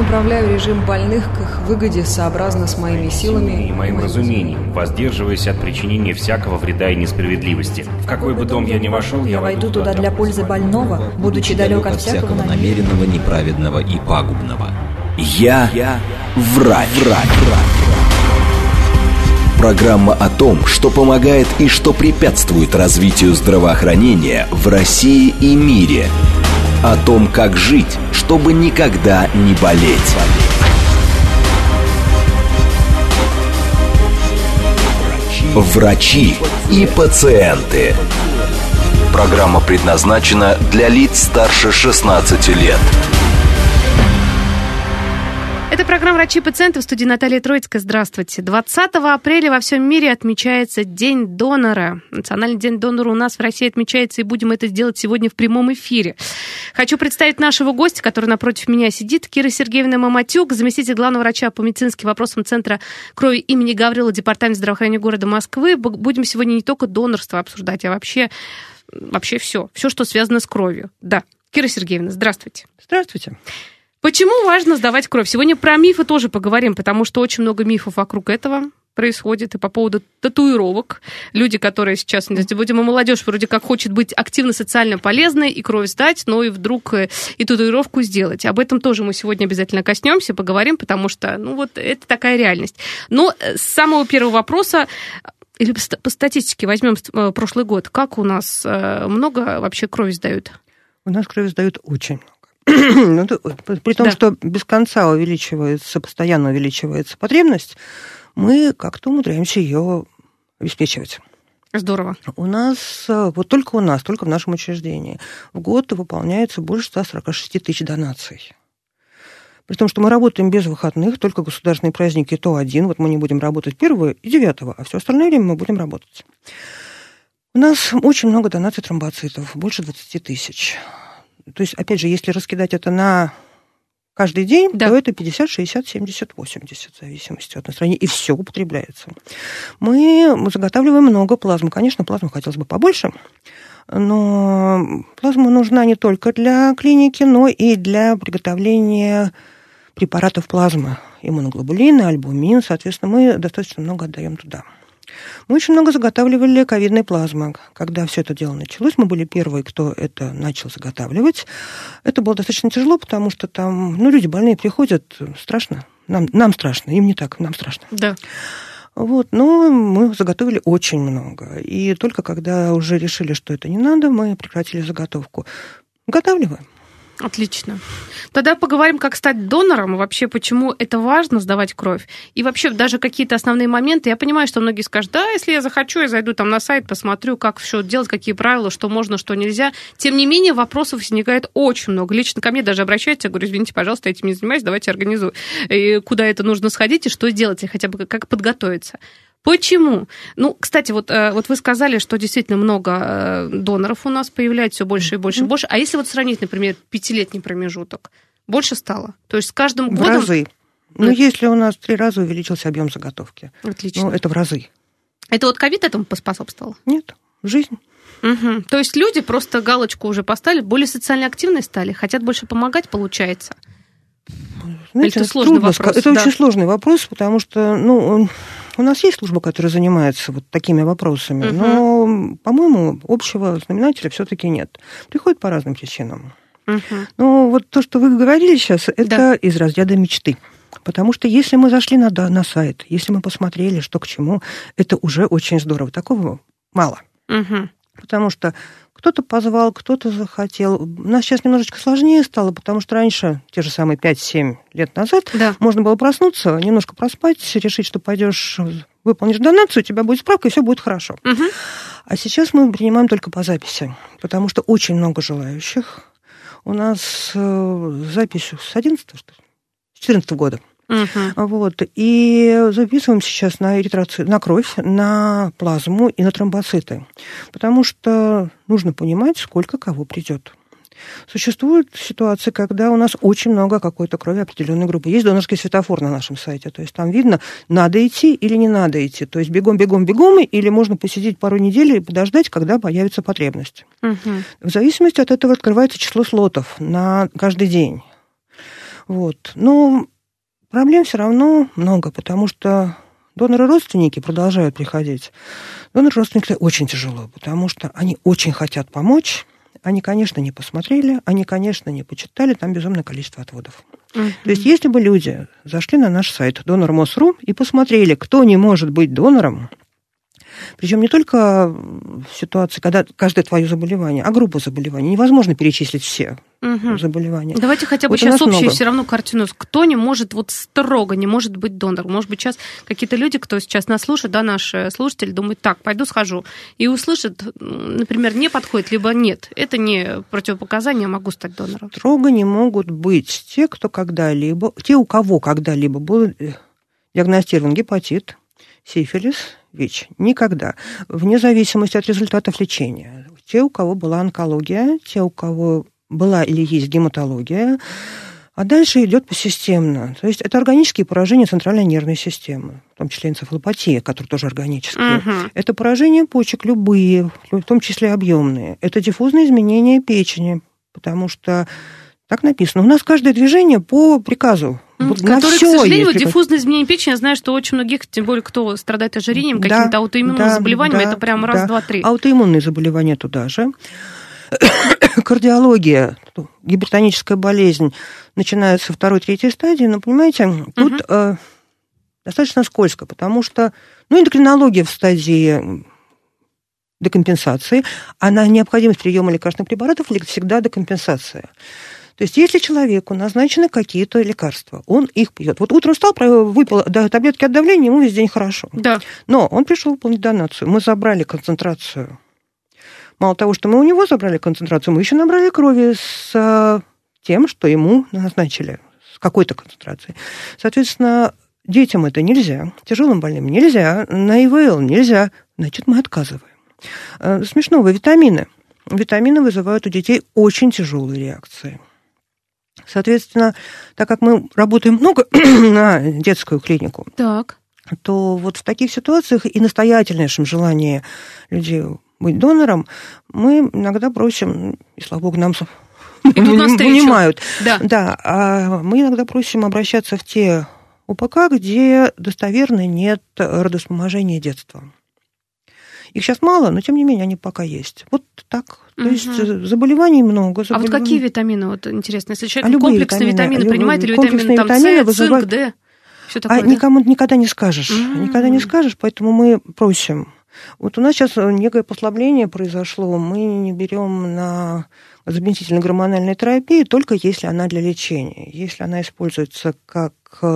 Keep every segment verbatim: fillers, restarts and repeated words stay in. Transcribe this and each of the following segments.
направляю режим больных к их выгоде сообразно с моими силами и моим разумением, воздерживаясь от причинения всякого вреда и несправедливости. В какой бы дом я ни вошел, я войду туда для пользы больного, будучи далек от всякого намеренного, неправедного и пагубного. Я, я врач. врач. Программа о том, что помогает и что препятствует развитию здравоохранения в России и мире. О том, как жить, чтобы никогда не болеть. Врачи и пациенты. Программа предназначена для лиц старше шестнадцати лет. Это программа «Врачи и пациенты», в студии Наталья Троицкая. Здравствуйте. двадцатого апреля во всем мире отмечается День донора. Национальный день донора у нас в России отмечается, и будем это делать сегодня в прямом эфире. Хочу представить нашего гостя, который напротив меня сидит. Кира Сергеевна Маматюк, заместитель главного врача по медицинским вопросам Центра крови имени Гаврила, Департамент здравоохранения города Москвы. Будем сегодня не только донорство обсуждать, а вообще, вообще все. Все, что связано с кровью. Да. Кира Сергеевна, здравствуйте. Здравствуйте. Почему важно сдавать кровь? Сегодня про мифы тоже поговорим, потому что очень много мифов вокруг этого происходит. И по поводу татуировок. Люди, которые сейчас, будем и молодежь, вроде как хочет быть активно социально полезной и кровь сдать, но и вдруг и татуировку сделать. Об этом тоже мы сегодня обязательно коснемся, поговорим, потому что, ну вот, это такая реальность. Но с самого первого вопроса, или по статистике возьмем прошлый год, как у нас много вообще крови сдают? У нас крови сдают очень много. Ну, при том, да. что без конца увеличивается, постоянно увеличивается потребность, мы как-то умудряемся ее обеспечивать. Здорово. У нас, вот только у нас, только в нашем учреждении, в год выполняется больше ста сорока шести тысяч донаций. При том, что мы работаем без выходных, только государственные праздники то один, вот мы не будем работать первого и девятого, а все остальное время мы будем работать. У нас очень много донаций тромбоцитов, больше двадцати тысяч. То есть, опять же, если раскидать это на каждый день, да. то это пятьдесят, шестьдесят, семьдесят, восемьдесят, в зависимости от настроения, и все употребляется. Мы заготавливаем много плазмы. Конечно, плазмы хотелось бы побольше, но плазма нужна не только для клиники, но и для приготовления препаратов плазмы. Иммуноглобулины, альбумин, соответственно, мы достаточно много отдаем туда. Мы очень много заготавливали ковидной плазмы. Когда все это дело началось, мы были первые, кто это начал заготавливать. Это было достаточно тяжело, потому что там, ну, люди больные приходят, страшно. Нам, нам страшно, им не так, нам страшно. Да. Вот, но мы заготовили очень много. И только когда уже решили, что это не надо, мы прекратили заготовку. Заготавливаем. Отлично. Тогда поговорим, как стать донором, и вообще, почему это важно сдавать кровь. И вообще, даже какие-то основные моменты. Я понимаю, что многие скажут, да, если я захочу, я зайду там на сайт, посмотрю, как все делать, какие правила, что можно, что нельзя. Тем не менее, вопросов возникает очень много. Лично ко мне даже обращаются, я говорю, извините, пожалуйста, я этим не занимаюсь, давайте организую. И куда это нужно сходить, и что делать, и хотя бы как подготовиться. Почему? Ну, кстати, вот, вот вы сказали, что действительно много доноров у нас появляется все больше и больше и больше. А если вот сравнить, например, пятилетний промежуток, больше стало? То есть с каждым в годом... В разы. Ну, это... если у нас три раза увеличился объем заготовки. Отлично. Ну, это в разы. Это вот ковид этому поспособствовал? Нет, жизнь. Угу. То есть люди просто галочку уже поставили, более социально активные стали, хотят больше помогать, получается? Знаете, это сложный трудно, вопрос. Это да. очень сложный вопрос, потому что, ну... У нас есть служба, которая занимается вот такими вопросами, uh-huh. но, по-моему, общего знаменателя все-таки нет. Приходят по разным причинам. Uh-huh. Но вот то, что вы говорили сейчас, это да. из разряда мечты. Потому что если мы зашли на, на сайт, если мы посмотрели, что к чему, это уже очень здорово. Такого мало. Uh-huh. Потому что кто-то позвал, кто-то захотел. У нас сейчас немножечко сложнее стало, потому что раньше, те же самые пять-семь лет назад, да. можно было проснуться, немножко проспать, решить, что пойдешь, выполнишь донацию, у тебя будет справка, и все будет хорошо. Угу. А сейчас мы принимаем только по записи, потому что очень много желающих. У нас запись с одиннадцатого, что ли? С четырнадцатого года. Uh-huh. Вот. И записываем сейчас на эритроцит, на кровь, на плазму и на тромбоциты. Потому что нужно понимать, сколько кого придет. Существует ситуация, когда у нас очень много какой-то крови определенной группы. Есть донорский светофор на нашем сайте. То есть там видно, надо идти или не надо идти. То есть бегом, бегом, бегом, или можно посидеть пару недель и подождать, когда появится потребность. Uh-huh. В зависимости от этого открывается число слотов на каждый день. Вот. Но проблем все равно много, потому что доноры-родственники продолжают приходить. Доноры-родственники очень тяжело, потому что они очень хотят помочь. Они, конечно, не посмотрели, они, конечно, не почитали, там безумное количество отводов. Uh-huh. То есть, если бы люди зашли на наш сайт донор моз точка ру и посмотрели, кто не может быть донором, причем не только в ситуации, когда каждое твое заболевание, а группа заболеваний. Невозможно перечислить все угу. заболевания. Давайте хотя бы вот сейчас общую все равно картину. Кто не может, вот строго не может быть донором? Может быть, сейчас какие-то люди, кто сейчас нас слушает, да, наши слушатели, думают, так, пойду схожу, и услышат, например, не подходит, либо нет. Это не противопоказание, могу стать донором. Строго не могут быть те, кто когда-либо, те, у кого когда-либо был диагностирован гепатит, сифилис, ВИЧ. Никогда. Вне зависимости от результатов лечения. Те, у кого была онкология, те, у кого была или есть гематология, а дальше идет посистемно. То есть это органические поражения центральной нервной системы, в том числе энцефалопатия, которая тоже органическая. Uh-huh. Это поражения почек любые, в том числе объемные. Это диффузные изменения печени, потому что так написано. У нас каждое движение по приказу. Вот который, к сожалению, вот диффузное изменение печени, я знаю, что очень многих, тем более, кто страдает ожирением, да, каким-то аутоиммунным да, заболеванием, да, это прям раз, да. два, три. Аутоиммунные заболевания туда же. Кардиология, гипертоническая болезнь начинается со второй, третьей стадии, но, понимаете, тут угу. э, достаточно скользко, потому что, ну, эндокринология в стадии декомпенсации, она необходимость приема лекарственных препаратов всегда декомпенсация. То есть, если человеку назначены какие-то лекарства, он их пьет. Вот утром встал, выпил таблетки от давления, ему весь день хорошо. Да. Но он пришел выполнить донацию. Мы забрали концентрацию. Мало того, что мы у него забрали концентрацию, мы еще набрали крови с тем, что ему назначили, с какой-то концентрацией. Соответственно, детям это нельзя, тяжелым больным нельзя, на ИВЛ нельзя, значит, мы отказываем. Смешно, витамины. Витамины вызывают у детей очень тяжелые реакции. Соответственно, так как мы работаем много на детскую клинику, так. то вот в таких ситуациях и настоятельнейшем желании людей быть донором мы иногда просим, и слава богу, нам понимают, да. Да, а мы иногда просим обращаться в те УПК, где достоверно нет родовспоможения детства. Их сейчас мало, но тем не менее они пока есть. Вот так. То угу. есть заболеваний много. Заболеваний. А вот какие витамины, вот интересно, если человек а комплексные витамины, витамины принимает, или витамины там, С, вызывают... цинк, Д, все такое, а да? Никому никогда не скажешь. Угу. Никогда не скажешь, поэтому мы просим. Вот у нас сейчас некое послабление произошло. Мы не берем на заместительно-гормональной терапии только если она для лечения. Если она используется как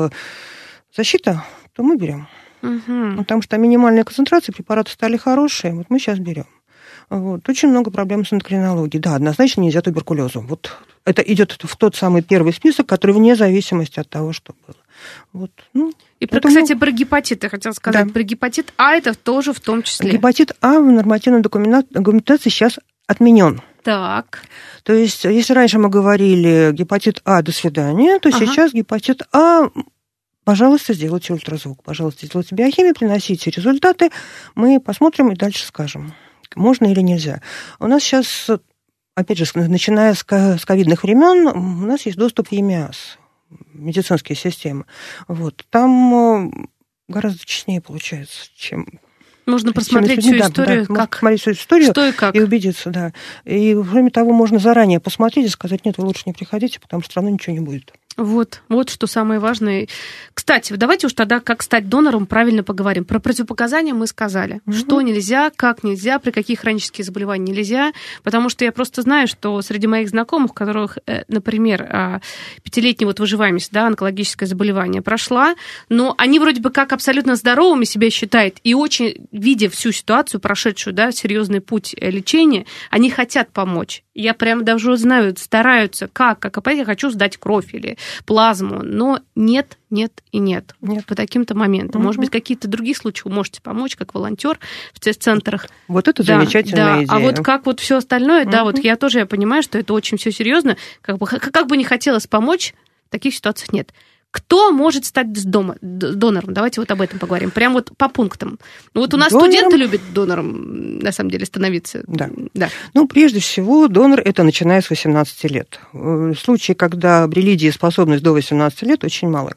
защита, то мы берем. Угу. Потому что минимальные концентрации, препараты стали хорошие, вот мы сейчас берем. Вот. Очень много проблем с эндокринологией. Да, однозначно нельзя туберкулезу. Вот это идет в тот самый первый список, который вне зависимости от того, что было. Вот. Ну, и, про, кстати, про гепатит я хотела сказать. Да. Про гепатит А это тоже в том числе. Гепатит А в нормативной документации сейчас отменен. Так. То есть, если раньше мы говорили гепатит А, до свидания, то ага. сейчас гепатит А... Пожалуйста, сделайте ультразвук, пожалуйста, сделайте биохимию, приносите результаты, мы посмотрим и дальше скажем, можно или нельзя. У нас сейчас, опять же, начиная с ковидных времен, у нас есть доступ в ЕМИАС, медицинские системы. Вот. Там гораздо честнее получается, чем... Можно посмотреть всю да, историю, да, как... посмотреть всю историю что и как. И убедиться, да. И, кроме того, можно заранее посмотреть и сказать, нет, вы лучше не приходите, потому что все равно ничего не будет. Вот, вот что самое важное. Кстати, давайте уж тогда, как стать донором, правильно поговорим. Про противопоказания мы сказали. Угу. Что нельзя, как нельзя, при каких хронических заболеваниях нельзя. Потому что я просто знаю, что среди моих знакомых, у которых, например, пятилетняя вот выживаемость, да, онкологическое заболевание прошла, но они вроде бы как абсолютно здоровыми себя считают, и очень, видя всю ситуацию, прошедшую, да, серьезный путь лечения, они хотят помочь. Я прям даже знаю, стараются, как, как, опять я хочу сдать кровь или плазму, но нет, нет и нет, нет. по таким-то моментам. Угу. Может быть, какие-то другие случаи вы можете помочь, как волонтер в центрах. Вот это да, замечательная да. идея. А вот как вот все остальное, угу. да, вот я тоже я понимаю, что это очень все серьезно. Как бы, как бы не хотелось помочь, таких ситуаций нет. Кто может стать дома, донором? Давайте вот об этом поговорим. Прям вот по пунктам. Вот у нас донором... студенты любят донором, на самом деле, становиться. Да. да. Ну, прежде всего, донор – это начиная с восемнадцати лет. Случаи, когда обрели дееспособность до восемнадцати лет, очень малы.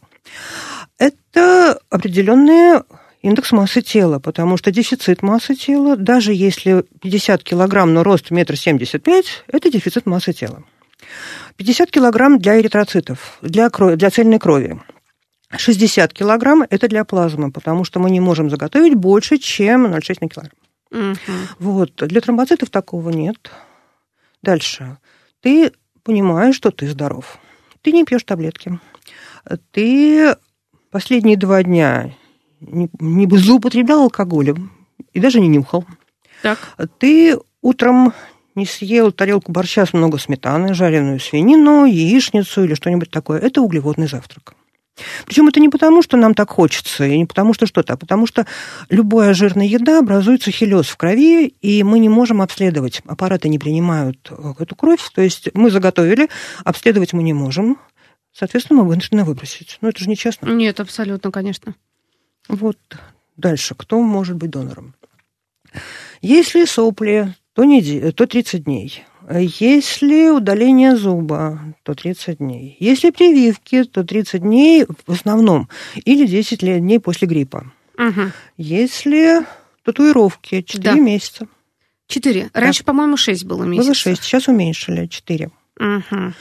Это определенный индекс массы тела, потому что дефицит массы тела, даже если пятьдесят килограмм, но рост метр семьдесят пять, это дефицит массы тела. пятьдесят килограмм для эритроцитов, для, крови, для цельной крови. шестьдесят килограмм – это для плазмы, потому что мы не можем заготовить больше, чем ноль целых шесть десятых на килограмм. Угу. Вот. Для тромбоцитов такого нет. Дальше. Ты понимаешь, что ты здоров. Ты не пьешь таблетки. Ты последние два дня не, не злоупотреблял алкоголем и даже не нюхал. Так. Ты утром не съел тарелку борща с много сметаны, жареную свинину, яичницу или что-нибудь такое. Это углеводный завтрак. Причем это не потому, что нам так хочется, и не потому, что что-то, а потому что любая жирная еда образуется хелиоз в крови, и мы не можем обследовать. Аппараты не принимают эту кровь, то есть мы заготовили, обследовать мы не можем. Соответственно, мы вынуждены выбросить. Ну, это же нечестно. Нет, абсолютно, конечно. Вот дальше. Кто может быть донором? Если сопли, то, не, то тридцать дней. Если удаление зуба, то тридцать дней. Если прививки, то тридцать дней в основном. Или десять дней после гриппа. Угу. Если татуировки, четыре да. месяца. четыре. Раньше, да. по-моему, шесть было месяцев. Было шесть, сейчас уменьшили, четыре. Угу.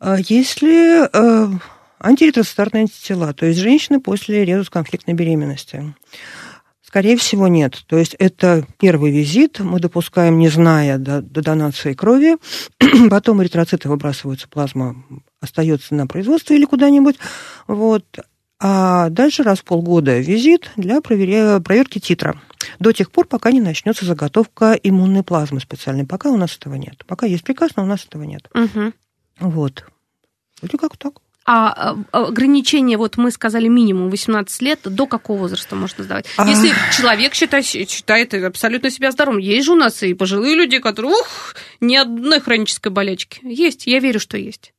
Если э, антиретростатные антитела, то есть женщины после резус-конфликтной беременности, скорее всего, нет. То есть это первый визит, мы допускаем, не зная, до, до донации крови, потом эритроциты выбрасываются, плазма остается на производство или куда-нибудь, вот. А дальше раз в полгода визит для проверя... проверки титра. До тех пор, пока не начнется заготовка иммунной плазмы специальной. Пока у нас этого нет. Пока есть приказ, но у нас этого нет. Угу. Вот. Вроде как так. А ограничение, вот мы сказали, минимум восемнадцать лет, до какого возраста можно сдавать? А... Если человек считает, считает абсолютно себя здоровым. Есть же у нас и пожилые люди, которые, ух, ни одной хронической болячки. Есть, я верю, что есть.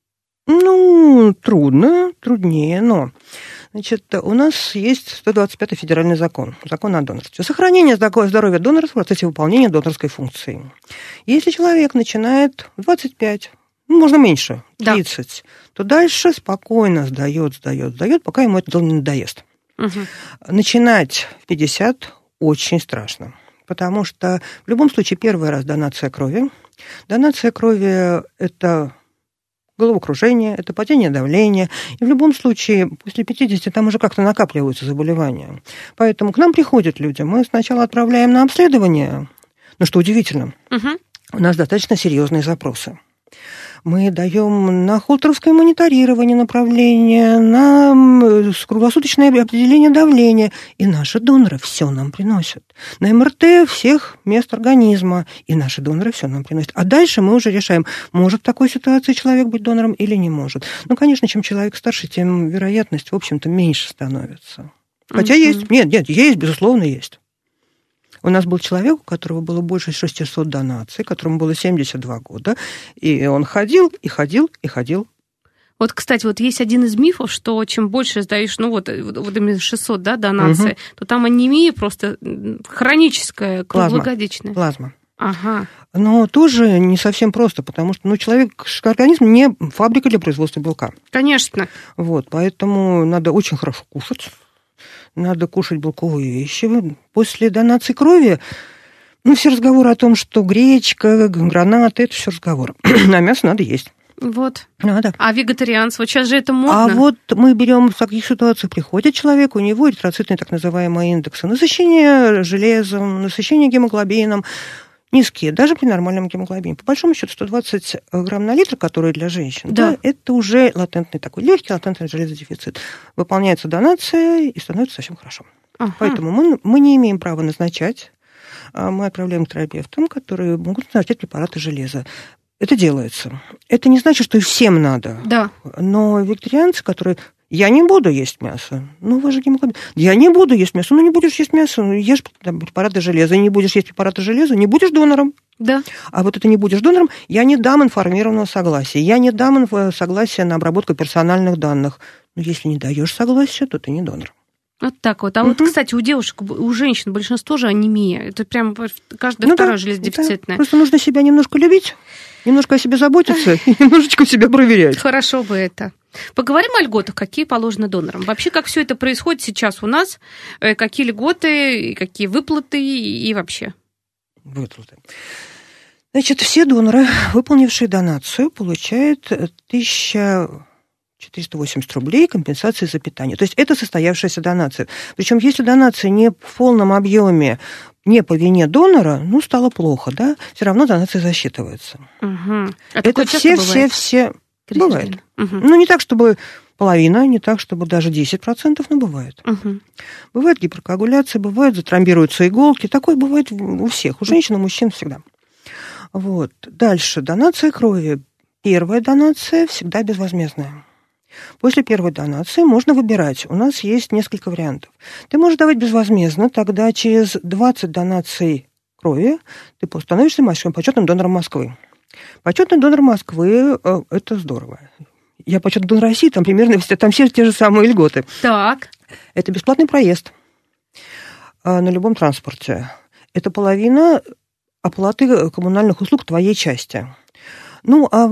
Ну, трудно, труднее, но... Значит, у нас есть сто двадцать пятый федеральный закон, закон о донорстве. Сохранение здоровья донора в процессе выполнения донорской функции. Если человек начинает в двадцать пять, ну, можно меньше, тридцать, да. то дальше спокойно сдает, сдает, сдает, пока ему это дело не надоест. Угу. Начинать в пятьдесят очень страшно, потому что в любом случае первый раз донация крови. Донация крови – это... головокружение, это падение давления. И в любом случае, после пятидесяти там уже как-то накапливаются заболевания. Поэтому к нам приходят люди. Мы сначала отправляем на обследование, но что удивительно, угу. у нас достаточно серьезные запросы. Мы даем на холтеровское мониторирование направление, на круглосуточное определение давления. И наши доноры все нам приносят. На эм эр тэ всех мест организма. И наши доноры все нам приносят. А дальше мы уже решаем, может в такой ситуации человек быть донором или не может. Ну, конечно, чем человек старше, тем вероятность, в общем-то, меньше становится. Хотя mm-hmm. есть. Нет, нет, есть, безусловно, есть. У нас был человек, у которого было больше шестисот донаций, которому было семьдесят два года, и он ходил, и ходил, и ходил. Вот, кстати, вот есть один из мифов, что чем больше сдаешь, ну вот, вот именно шестьсот, да, донаций, угу. то там анемия просто хроническая, круглогодичная. Плазма. Ага. Но тоже не совсем просто, потому что ну, человеческий организм не фабрика для производства белка. Конечно. Вот, поэтому надо очень хорошо кушать. Надо кушать белковые вещи. После донации крови, ну, все разговоры о том, что гречка, гранаты, это все разговоры. А мясо надо есть. Вот. Надо. А вегетарианство? Сейчас же это модно. А вот мы берем, в таких ситуациях приходит человек, у него эритроцитные так называемые индексы. Насыщение железом, насыщение гемоглобином низкие, даже при нормальном гемоглобине. По большому счету, сто двадцать грамм на литр, которые для женщин, да. Да, это уже латентный такой легкий латентный железодефицит. Выполняется донация и становится совсем хорошо. Ага. Поэтому мы, мы не имеем права назначать. Мы отправляем к терапевтам, которые могут назначать препараты железа. Это делается. Это не значит, что и всем надо. Да. Но вегетарианцы, которые... Я не буду есть мясо. Ну, вы же гемоглобин. Я не буду есть мясо. Ну, не будешь есть мясо, ну, ешь там, препараты железа. Не будешь есть препараты железа, не будешь донором. Да. А вот это не будешь донором, я не дам информированного согласия. Я не дам согласия на обработку персональных данных. Но если не даешь согласия, то ты не донор. Вот так вот. А угу. вот, кстати, у девушек, у женщин большинство же анемия. Это прям каждая ну, вторая да, железодефицитная. Да. Просто нужно себя немножко любить, немножко о себе заботиться и немножечко себя проверять. Хорошо бы это. Поговорим о льготах, какие положены донорам. Вообще, как все это происходит сейчас у нас, какие льготы, какие выплаты и вообще? Выплаты. Значит, все доноры, выполнившие донацию, получают тысяча четыреста восемьдесят рублей компенсации за питание. То есть это состоявшаяся донация. Причем если донация не в полном объеме, не по вине донора, ну, стало плохо, да, все равно донация засчитывается. Угу. А это все, все, все... Бывает. Угу. Ну, не так, чтобы половина, не так, чтобы даже десять процентов, но бывает. Угу. Бывает гиперкоагуляция, бывает затромбируются иголки. Такое бывает у всех, у женщин, у мужчин всегда. Вот. Дальше. Донация крови. Первая донация всегда безвозмездная. После первой донации можно выбирать. У нас есть несколько вариантов. Ты можешь давать безвозмездно, тогда через двадцать донаций крови ты становишься почетным донором Москвы. Почетный донор Москвы – это здорово. Я почетный донор России, там примерно там все те же самые льготы. Так. Это бесплатный проезд на любом транспорте. Это половина оплаты коммунальных услуг твоей части. Ну, а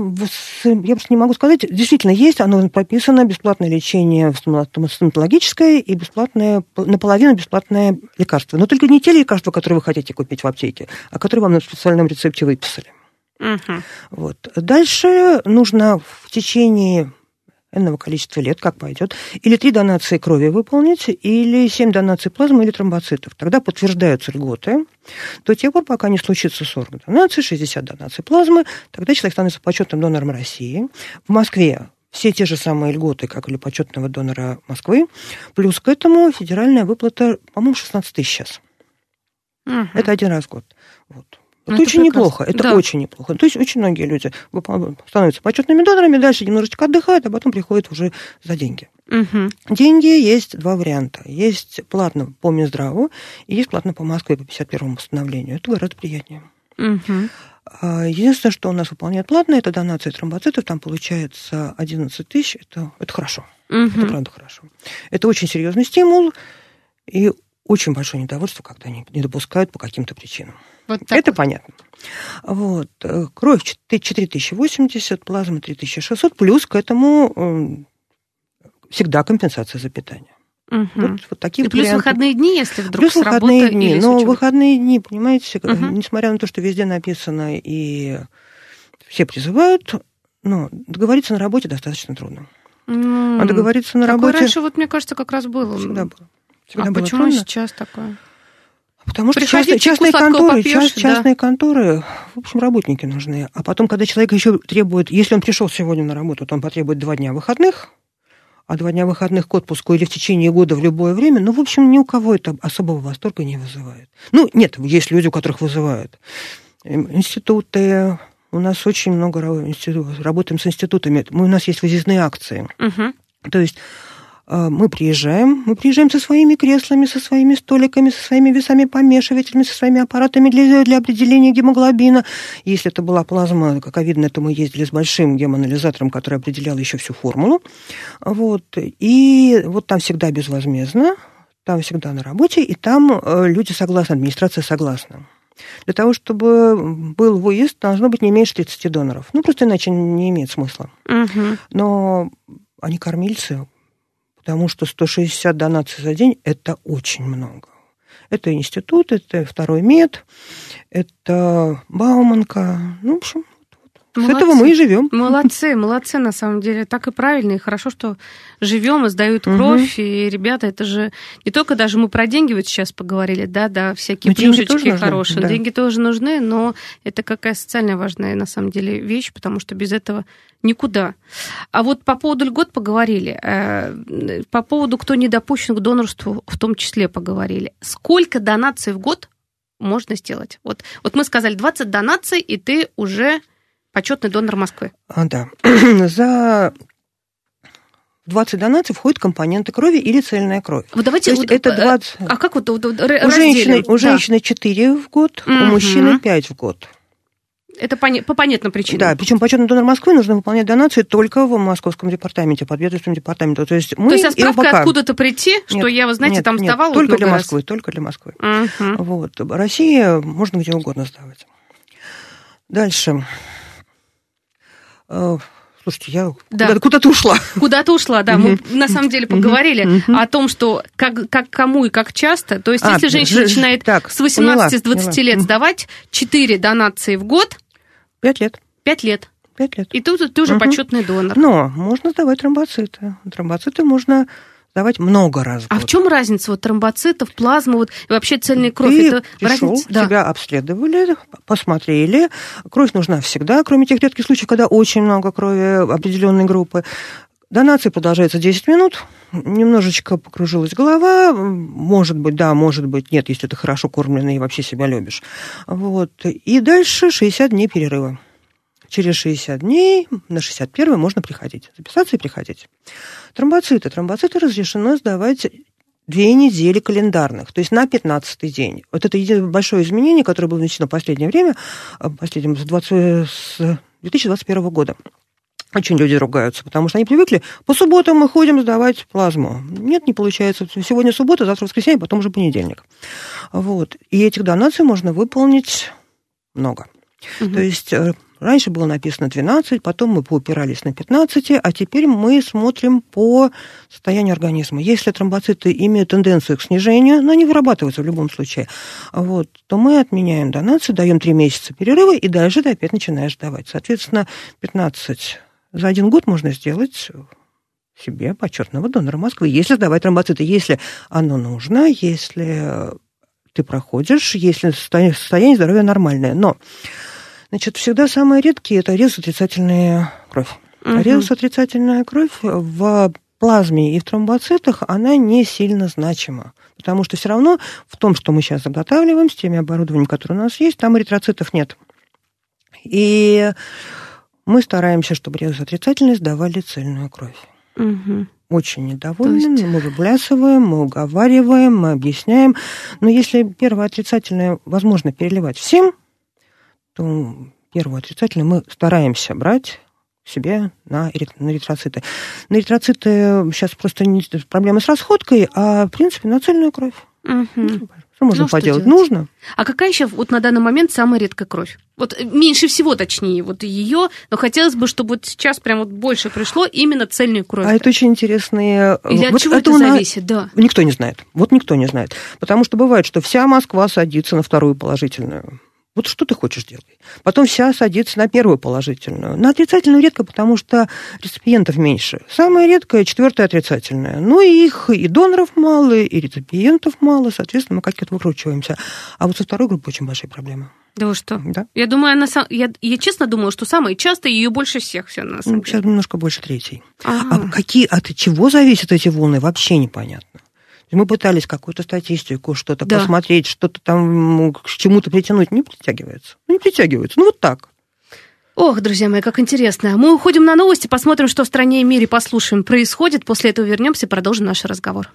я просто не могу сказать, действительно есть, оно прописано, бесплатное лечение стоматологическое и бесплатное, наполовину бесплатное лекарство. Но только не те лекарства, которые вы хотите купить в аптеке, а которые вам на специальном рецепте выписали. Угу. Вот. Дальше нужно в течение энного количества лет, как пойдет, или три донации крови выполнить, или семь донаций плазмы или тромбоцитов. Тогда подтверждаются льготы. До тех пор, пока не случится сорок донаций, шестьдесят донаций плазмы, тогда человек становится почетным донором России. В Москве все те же самые льготы, как и для почетного донора Москвы. Плюс к этому федеральная выплата, по-моему, шестнадцать тысяч сейчас. Угу. Это один раз в год. Вот. Это, это очень прекрасно. Неплохо, это да. очень неплохо. То есть очень многие люди становятся почетными донорами, дальше немножечко отдыхают, а потом приходят уже за деньги. Угу. Деньги есть два варианта. Есть платно по Минздраву, и есть платно по Москве по пятьдесят первому постановлению. Это гораздо приятнее. Угу. Единственное, что у нас выполняет платно, это донация тромбоцитов. Там получается одиннадцать тысяч. Это, это хорошо. Угу. Это правда хорошо. Это очень серьезный стимул и очень большое недовольство, когда они не допускают по каким-то причинам. Вот это вот. Понятно. Вот. Кровь четыре тысячи восемьдесят, плазма три тысячи шестьсот, плюс к этому всегда компенсация за питание. Угу. Вот, вот такие и вот плюс варианты. Выходные дни, если вдруг плюс с выходные работы дни. или Но с выходные дни, понимаете, угу. несмотря на то, что везде написано и все призывают, но договориться на работе достаточно трудно. Mm. А договориться на Такое работе... раньше, вот, мне кажется, как раз было. Всегда было. Всегда а было почему трудно. сейчас такое? Потому что Приходите, частные, частные конторы, попьешь, част, да. частные конторы, в общем, работники нужны. А потом, когда человек еще требует, если он пришел сегодня на работу, то он потребует два дня выходных, а два дня выходных к отпуску или в течение года в любое время, ну, в общем, ни у кого это особого восторга не вызывает. Ну, нет, есть люди, у которых вызывают. Институты, у нас очень много институтов, работаем с институтами, мы, у нас есть выездные акции. Угу. То есть мы приезжаем, мы приезжаем со своими креслами, со своими столиками, со своими весами-помешивателями, со своими аппаратами для, для определения гемоглобина. Если это была плазма ковидная, то мы ездили с большим гемоанализатором, который определял еще всю формулу. Вот. И вот там всегда безвозмездно, там всегда на работе, и там люди согласны, администрация согласна. Для того, чтобы был выезд, должно быть не меньше тридцати доноров. Ну, просто иначе не имеет смысла. Угу. Но они кормильцы, потому что сто шестьдесят донаций за день – это очень много. Это институт, это второй мед, это Бауманка. Ну, в общем, молодцы. С этого мы и живем. Молодцы, молодцы, на самом деле. Так и правильно, и хорошо, что живем и сдают кровь. Угу. И, ребята, это же не только даже мы про деньги вот сейчас поговорили, да, да, всякие плюшечки хорошие. Да. Деньги тоже нужны, но это какая социально важная, на самом деле, вещь, потому что без этого никуда. А вот по поводу льгот поговорили. По поводу, кто не допущен к донорству, в том числе поговорили. Сколько донаций в год можно сделать? Вот, вот мы сказали двадцать донаций, и ты уже почетный донор Москвы. А, да. За двадцать донаций входят компоненты крови или цельная кровь. Вот давайте, То есть вот, это двадцать... А как вот, вот у женщины, у женщины да. четыре в год, угу. у мужчины пять в год. Это по, по понятным причинам. Да, причем почетный донор Москвы нужно выполнять донации только в Московском департаменте, под ведомством департамента. То есть, мы То есть а справка откуда-то прийти, что нет, я, вы знаете, нет, там нет, сдавала только для раз. Москвы, только для Москвы. Угу. Вот. Россия можно где угодно сдавать. Дальше. Слушайте, я да. куда-то, куда-то ушла. Куда-то ушла, да. Мы на самом деле поговорили о том, что как, как кому и как часто. То есть, а, если женщина ж, начинает так, с восемнадцати-двадцати лет сдавать четыре донации в год... Пять лет. Пять лет. Пять лет. И тут ты уже угу. почетный донор. Но можно сдавать тромбоциты. Тромбоциты можно сдавать много раз в а год. А в чем разница вот тромбоцитов, плазмы, вот, и вообще цельной крови? Ты это пришел, разница? тебя да. обследовали, посмотрели. Кровь нужна всегда, кроме тех редких случаев, когда очень много крови определенной группы. Донация продолжается десять минут. Немножечко покружилась голова. Может быть, да, может быть, нет, если ты хорошо кормленный и вообще себя любишь. Вот. И дальше шестьдесят дней перерыва. Через шестьдесят дней, на шестьдесят первый можно приходить. Записаться и приходить. Тромбоциты. Тромбоциты разрешено сдавать две недели календарных, то есть на пятнадцатый день. Вот это большое изменение, которое было внесено в последнее время, последним с две тысячи двадцать первого года. Очень люди ругаются, потому что они привыкли, по субботам мы ходим сдавать плазму. Нет, не получается. Сегодня суббота, завтра воскресенье, потом уже понедельник. Вот. И этих донаций можно выполнить много. Угу. То есть раньше было написано двенадцать, потом мы поупирались на пятнадцать, а теперь мы смотрим по состоянию организма. Если тромбоциты имеют тенденцию к снижению, но они вырабатываются в любом случае, вот, то мы отменяем донацию, даем три месяца перерыва, и дальше ты опять начинаешь сдавать. Соответственно, пятнадцать за один год можно сделать себе почетного донора Москвы, если сдавать тромбоциты, если оно нужно, если ты проходишь, если состояние здоровья нормальное. Но, значит, всегда самые редкие – это резус-отрицательная кровь. Угу. Резус-отрицательная кровь в плазме и в тромбоцитах, она не сильно значима. Потому что все равно в том, что мы сейчас заготавливаем, с теми оборудованием, которое у нас есть, там эритроцитов нет. И мы стараемся, чтобы резус-отрицательные сдавали цельную кровь. Угу. Очень недовольны, есть... мы выблясываем, мы уговариваем, мы объясняем. Но если первое отрицательное возможно переливать всем, то первое отрицательное мы стараемся брать себе на эритроциты. На эритроциты сейчас просто не проблемы с расходкой, а, в принципе, на цельную кровь. Угу. Что можно ну, поделать? Что нужно. А какая еще вот на данный момент самая редкая кровь? Вот меньше всего, точнее, вот ее, но хотелось бы, чтобы вот сейчас прям вот больше пришло именно цельную кровь. А это очень интересные... Или от вот чего это, это зависит, да? Никто не знает. Вот никто не знает. Потому что бывает, что вся Москва садится на вторую положительную. Вот что ты хочешь делать? Потом вся садится на первую положительную. На отрицательную редко, потому что реципиентов меньше. Самая редкая, четвертая отрицательная. Ну, и их и доноров мало, и реципиентов мало. Соответственно, мы как-то выкручиваемся. А вот со второй группой очень большие проблемы. Да вы что? Да. Я думаю, она сам... я, я честно думала, что самые частые ее больше всех все на самом ну, деле. Сейчас немножко больше третьей. А-а-а. А какие, от чего зависят эти волны, вообще непонятно. Мы пытались какую-то статистику, что-то да. посмотреть, что-то там к чему-то притянуть. Не притягивается. Не притягивается. Ну, вот так. Ох, друзья мои, как интересно. Мы уходим на новости, посмотрим, что в стране и мире, послушаем, происходит. После этого вернемся и продолжим наш разговор.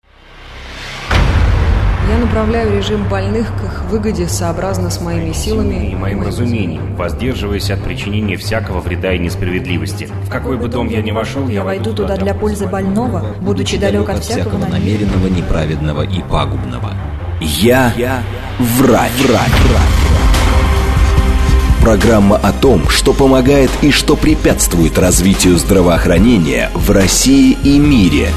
Я направляю режим больных к их выгоде сообразно с моими силами и моим разумением, воздерживаясь от причинения всякого вреда и несправедливости. В какой бы дом я ни вошел, я войду туда для пользы больного, будучи далек от всякого намеренного, неправедного и пагубного. Я, я врач. врач. Программа о том, что помогает и что препятствует развитию здравоохранения в России и мире.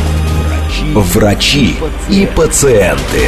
Врачи и пациенты.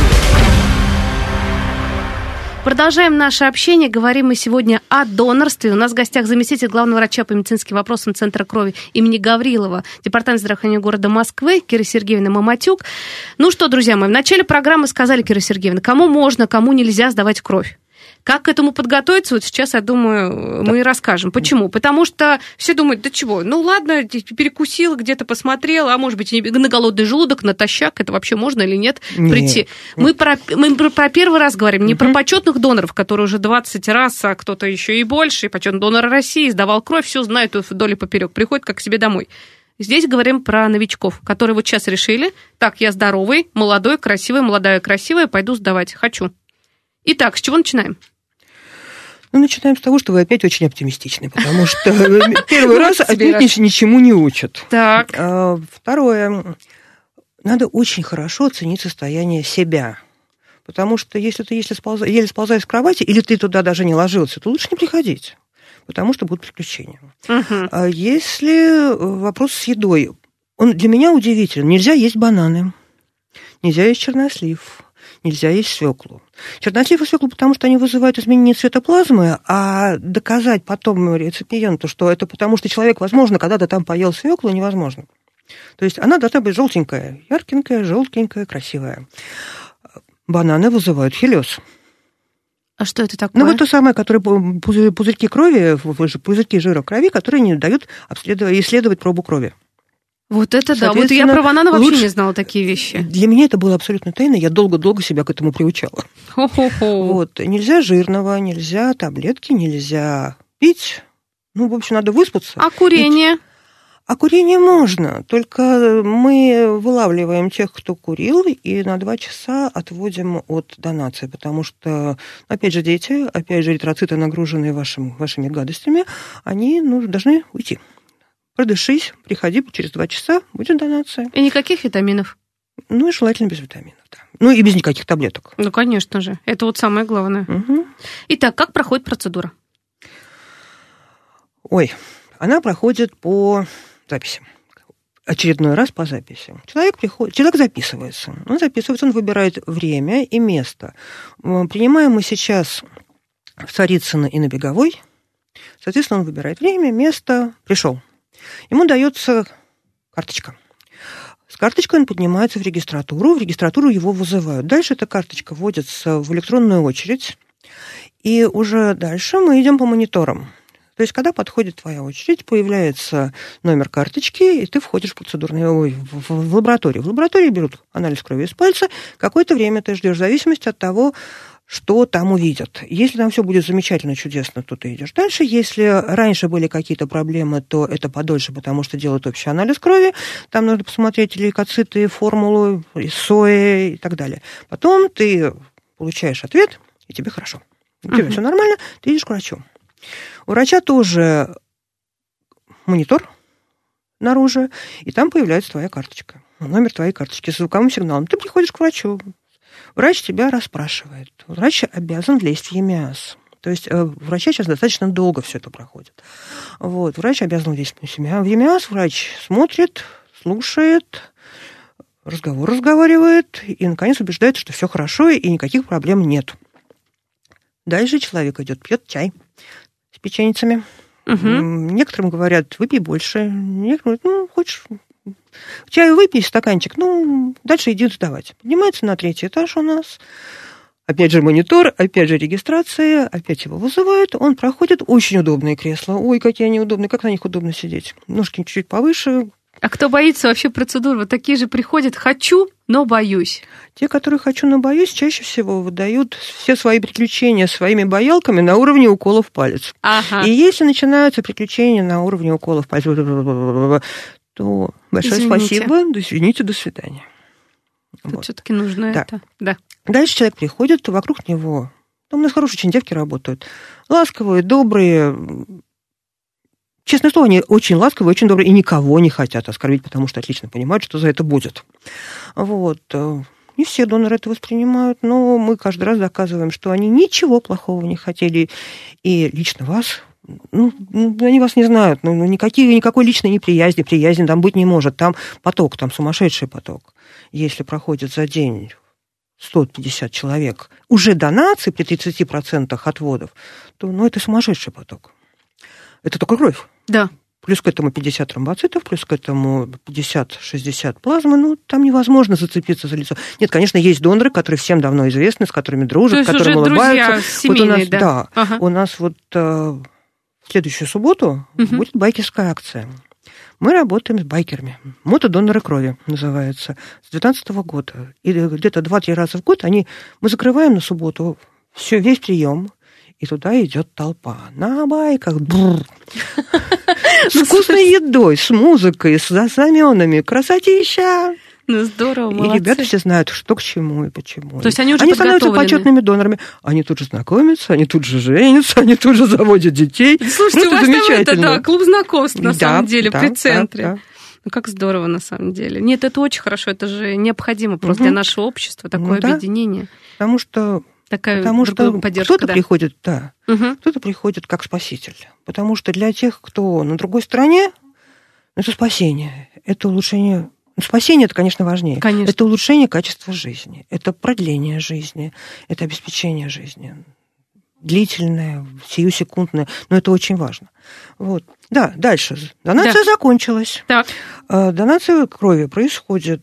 Продолжаем наше общение. Говорим мы сегодня о донорстве. У нас в гостях заместитель главного врача по медицинским вопросам Центра крови имени Гаврилова, Департамент здравоохранения города Москвы, Кира Сергеевна Маматюк. Ну что, друзья мои, в начале программы сказали, Кира Сергеевна, кому можно, кому нельзя сдавать кровь. Как к этому подготовиться, вот сейчас, я думаю, мы да. и расскажем. Почему? Потому что все думают, да чего, ну ладно, перекусила, где-то посмотрела, а может быть, на голодный желудок, натощак, это вообще можно или нет, нет. прийти. Мы про, мы про первый раз говорим, не угу. про почетных доноров, которые уже двадцать раз, а кто-то еще и больше, и почетный донор России, сдавал кровь, все знает вдоль и поперек, приходит как к себе домой. Здесь говорим про новичков, которые вот сейчас решили, так, я здоровый, молодой, красивый, молодая, красивая, пойду сдавать, хочу. Итак, с чего начинаем? Ну, начинаем с того, что вы опять очень оптимистичны, потому что первый раз опять ничему не учат. Так. Второе. Надо очень хорошо оценить состояние себя. Потому что если ты если сполза, еле сползаешь с кровати, или ты туда даже не ложился, то лучше не приходить, потому что будут приключения. Uh-huh. А если вопрос с едой, он для меня удивителен. Нельзя есть бананы, нельзя есть чернослив, нельзя есть свеклу. Чернослив и свеклу, потому что они вызывают изменение цвета плазмы, а доказать потом реципиенту, что это потому, что человек, возможно, когда-то там поел свеклу, невозможно. То есть она должна быть желтенькая, яркенькая, желтенькая, красивая. Бананы вызывают хелиоз. А что это такое? Ну, вот то самое, которое пузырьки крови, пузырьки жира в крови, которые не дают исследовать пробу крови. Вот это да. Вот я про бананы вообще лучше... не знала такие вещи. Для меня это было абсолютно тайно. Я долго-долго себя к этому приучала. Хо-хо-хо. Вот. Нельзя жирного, нельзя таблетки, нельзя пить. Ну, в общем, надо выспаться. А курение? И... А курение можно, только мы вылавливаем тех, кто курил, и на два часа отводим от донации, потому что, опять же, дети, опять же, эритроциты, нагруженные вашим, вашими гадостями, они ну, должны уйти. Продышись, приходи, через два часа будет донация. И никаких витаминов? Ну, и желательно без витаминов, да. Ну, и без никаких таблеток. Ну, конечно же, это вот самое главное. Угу. Итак, как проходит процедура? Ой, она проходит по... записи. Очередной раз по записи. Человек приходит, человек записывается. Он записывается, он выбирает время и место. Принимаем мы сейчас в Царицыно и на Беговой. Соответственно, он выбирает время, место, пришел. Ему дается карточка. С карточкой он поднимается в регистратуру, в регистратуру его вызывают. Дальше эта карточка вводится в электронную очередь, и уже дальше мы идем по мониторам. То есть, когда подходит твоя очередь, появляется номер карточки, и ты входишь в процедурную, ой, в, в лабораторию. В лаборатории берут анализ крови из пальца, какое-то время ты ждешь, в зависимости от того, что там увидят. Если там все будет замечательно, чудесно, то ты идешь дальше. Если раньше были какие-то проблемы, то это подольше, потому что делают общий анализ крови. Там нужно посмотреть лейкоциты, формулу, сои и так далее. Потом ты получаешь ответ, и тебе хорошо. У тебя uh-huh. все нормально, ты идешь к врачу. У врача тоже монитор наружу, и там появляется твоя карточка, номер твоей карточки с звуковым сигналом. Ты приходишь к врачу, врач тебя расспрашивает. Врач обязан влезть в ЕМИАС. То есть у врача сейчас достаточно долго все это проходит. Вот, врач обязан влезть в ЕМИАС, врач смотрит, слушает, разговор разговаривает, и, наконец, убеждается, что все хорошо, и никаких проблем нет. Дальше человек идет, пьет чай с печеницами. Угу. Некоторым говорят, выпей больше. Некоторым говорят, ну, хочешь чаю выпей, стаканчик, ну, дальше иди сдавать. Поднимается на третий этаж у нас. Опять же монитор, опять же регистрация, опять его вызывают. Он проходит, очень удобные кресла. Ой, какие они удобные, как на них удобно сидеть. Ножки чуть-чуть повыше. А кто боится вообще процедур? Вот такие же приходят, хочу, но боюсь. Те, которые хочу, но боюсь, чаще всего выдают все свои приключения своими боялками на уровне укола в палец. Ага. И если начинаются приключения на уровне укола в палец, то большое извините. Спасибо, до извините, до свидания. Тут Вот. все-таки нужно да. это. Да. Дальше человек приходит, вокруг него, там у нас хорошие очень девки работают, ласковые, добрые. Честное слово, они очень ласковые, очень добрые, и никого не хотят оскорбить, потому что отлично понимают, что за это будет. Вот. Не все доноры это воспринимают, но мы каждый раз доказываем, что они ничего плохого не хотели, и лично вас, ну, они вас не знают, ну, никакие, никакой личной неприязни, приязни там быть не может, там поток, там сумасшедший поток. Если проходит за день сто пятьдесят человек уже донаций при тридцати процентах отводов, то ну, это сумасшедший поток. Это только кровь. Да. Плюс к этому пятьдесят тромбоцитов, плюс к этому пятьдесят-шестьдесят плазмы. Ну, там невозможно зацепиться за лицо. Нет, конечно, есть доноры, которые всем давно известны, с которыми дружат, с которыми улыбаются. Друзья, семейные, вот у нас, да. да ага. У нас вот э, в следующую субботу угу. будет байкерская акция. Мы работаем с байкерами. Мотодоноры крови называется. С две тысячи девятнадцатого года. И где-то два-три раза в год они, мы закрываем на субботу все, весь прием. И туда идет толпа. На байках. С вкусной едой, с музыкой, с знаменами. Красотища! Ну, здорово, молодцы. И ребята все знают, что к чему и почему. То есть они уже Они становятся почетными донорами. Они тут же знакомятся, они тут же женятся, они тут же заводят детей. Слушайте, ну, у вас там это, да, клуб знакомств, на да, самом деле, да, при центре. Да, да. Ну, как здорово, на самом деле. Нет, это очень хорошо, это же необходимо просто угу. для нашего общества, такое ну, объединение. Да, потому что, Такая потому что поддержка, кто-то да. приходит, да, угу. кто-то приходит как спаситель. Потому что для тех, кто на другой стороне, это спасение, это улучшение... Спасение – это, конечно, важнее. Конечно. Это улучшение качества жизни, это продление жизни, это обеспечение жизни. Длительное, сиюсекундное, но это очень важно. Вот. Да, дальше. Донация да. закончилась. Так. Донация крови происходит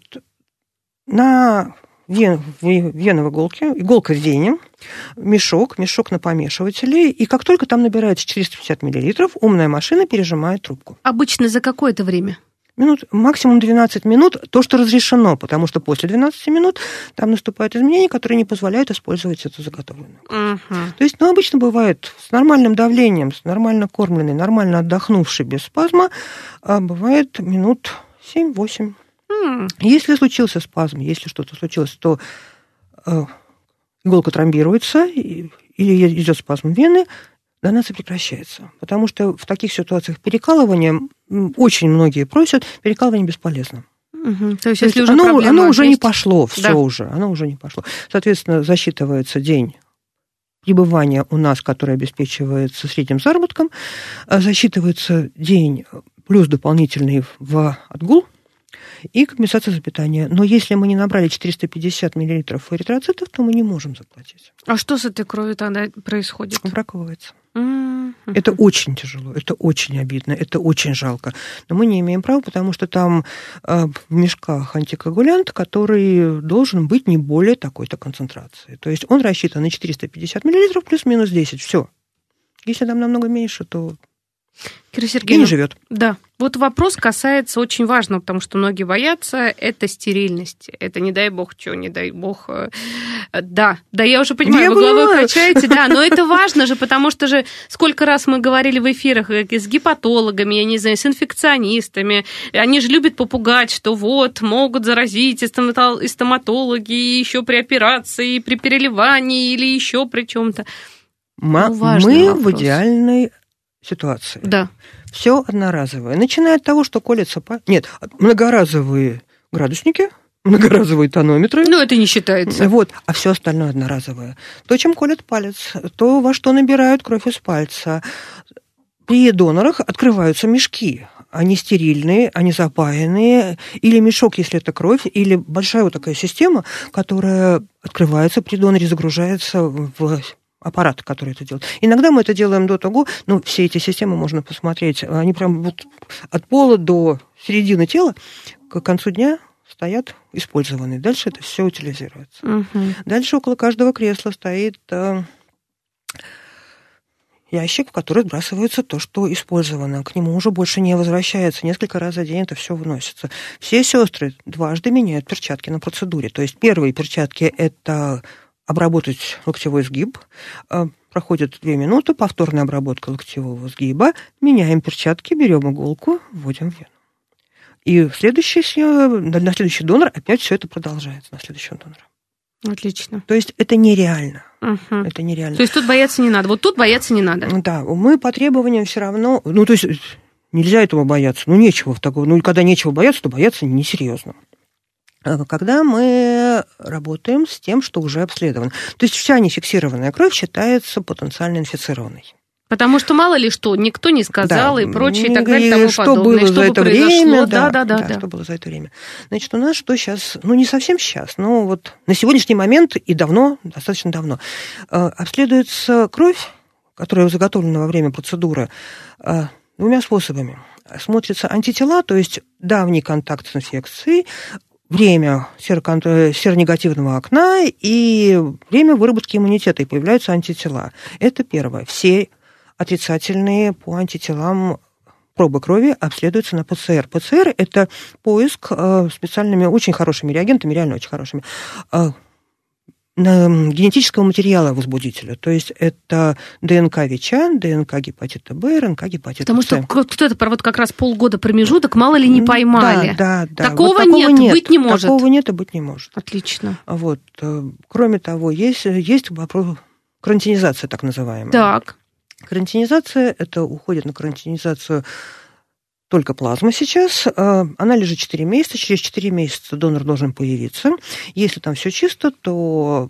на вен, веновой иголке, иголка в вене, мешок, мешок на помешивателе, и как только там набирается четыреста пятьдесят миллилитров, умная машина пережимает трубку. Обычно за какое-то время? Минут, максимум двенадцать минут, то, что разрешено, потому что после двенадцати минут там наступают изменения, которые не позволяют использовать эту заготовленную кровь. Uh-huh. То есть, ну, обычно бывает с нормальным давлением, с нормально кормленной, нормально отдохнувшей без спазма, а бывает минут семь-восемь. Uh-huh. Если случился спазм, если что-то случилось, то э, иголка тромбируется, и, или идет спазм вены, донация прекращается. Потому что в таких ситуациях перекалывания очень многие просят, перекалывание бесполезно. Угу. То есть, если То есть уже оно, оно уже есть... не пошло, все да. уже, оно уже не пошло. Соответственно, засчитывается день пребывания у нас, который обеспечивается средним заработком, засчитывается день плюс дополнительный в отгул и компенсация за питание. Но если мы не набрали четыреста пятьдесят миллилитров эритроцитов, то мы не можем заплатить. А что с этой кровью тогда происходит? Браковывается. Mm-hmm. Это очень тяжело, это очень обидно, это очень жалко. Но мы не имеем права, потому что там э, в мешках антикоагулянт, который должен быть не более такой-то концентрации. То есть он рассчитан на четыреста пятьдесят миллилитров плюс-минус десять. Все. Если там намного меньше, то... Кира Сергеевна, не живет. Да. Вот вопрос касается очень важного, потому что многие боятся, это стерильность. Это не дай бог что, не дай бог. Да, да, я уже понимаю, я вы головой понимаю. Качаете, да, но это важно же, потому что же сколько раз мы говорили в эфирах с гепатологами, я не знаю, с инфекционистами, они же любят попугать, что вот, могут заразить и стоматологи, и еще при операции, и при переливании, или еще при чем-то. Мы в идеальной ситуации. Да. Все одноразовое. Начиная от того, что колется... Нет, многоразовые градусники, многоразовые тонометры. Ну, это не считается. Вот, а все остальное одноразовое. То, чем колят палец, то, во что набирают кровь из пальца. При донорах открываются мешки. Они стерильные, они запаянные. Или мешок, если это кровь, или большая вот такая система, которая открывается при доноре, загружается в... аппарат, который это делает. Иногда мы это делаем до того, ну, все эти системы можно посмотреть, они прям вот от пола до середины тела к концу дня стоят использованные. Дальше это все утилизируется. Угу. Дальше около каждого кресла стоит э, ящик, в который сбрасывается то, что использовано. К нему уже больше не возвращается. Несколько раз за день это все выносится. Все сестры дважды меняют перчатки на процедуре. То есть первые перчатки – это обработать локтевой сгиб, проходит две минуты, повторная обработка локтевого сгиба, меняем перчатки, берем иголку, вводим в вену. И следующий, на следующий донор опять все это продолжается, на следующего донора. Отлично. То есть это нереально. Угу. Это нереально. То есть тут бояться не надо. Вот тут бояться не надо. Да, мы по требованиям все равно... Ну, то есть нельзя этого бояться. Ну, нечего в такого... Ну, когда нечего бояться, то бояться несерьезно. Когда мы работаем с тем, что уже обследовано. То есть вся нефиксированная кровь считается потенциально инфицированной. Потому что мало ли что, никто не сказал, да, и прочее, и так далее, и тому что подобное. Было что за бы это произошло, время, да, да, да, да, да. Что было за это время. Значит, у нас что сейчас, ну, не совсем сейчас, но вот на сегодняшний момент и давно, достаточно давно, обследуется кровь, которая заготовлена во время процедуры, двумя способами. Смотрятся антитела, то есть давний контакт с инфекцией, время серонегативного окна и время выработки иммунитета, и появляются антитела. Это первое. Все отрицательные по антителам пробы крови обследуются на ПЦР. ПЦР – это поиск специальными, очень хорошими реагентами, реально очень хорошими, генетического материала возбудителя. То есть это ДНК ВИЧа, ДНК гепатита Б, РНК гепатита Потому С. что кто-то вот как раз полгода промежуток, мало ли не поймали. Да, да, да. Такого, вот такого нет, нет, быть не может. Такого нет и быть не может. Отлично. Вот. Кроме того, есть, есть вопрос карантинизация, так называемая. Так. Карантинизация, это уходит на карантинизацию только плазма сейчас. Она лежит четыре месяца. Через четыре месяца донор должен появиться. Если там все чисто, то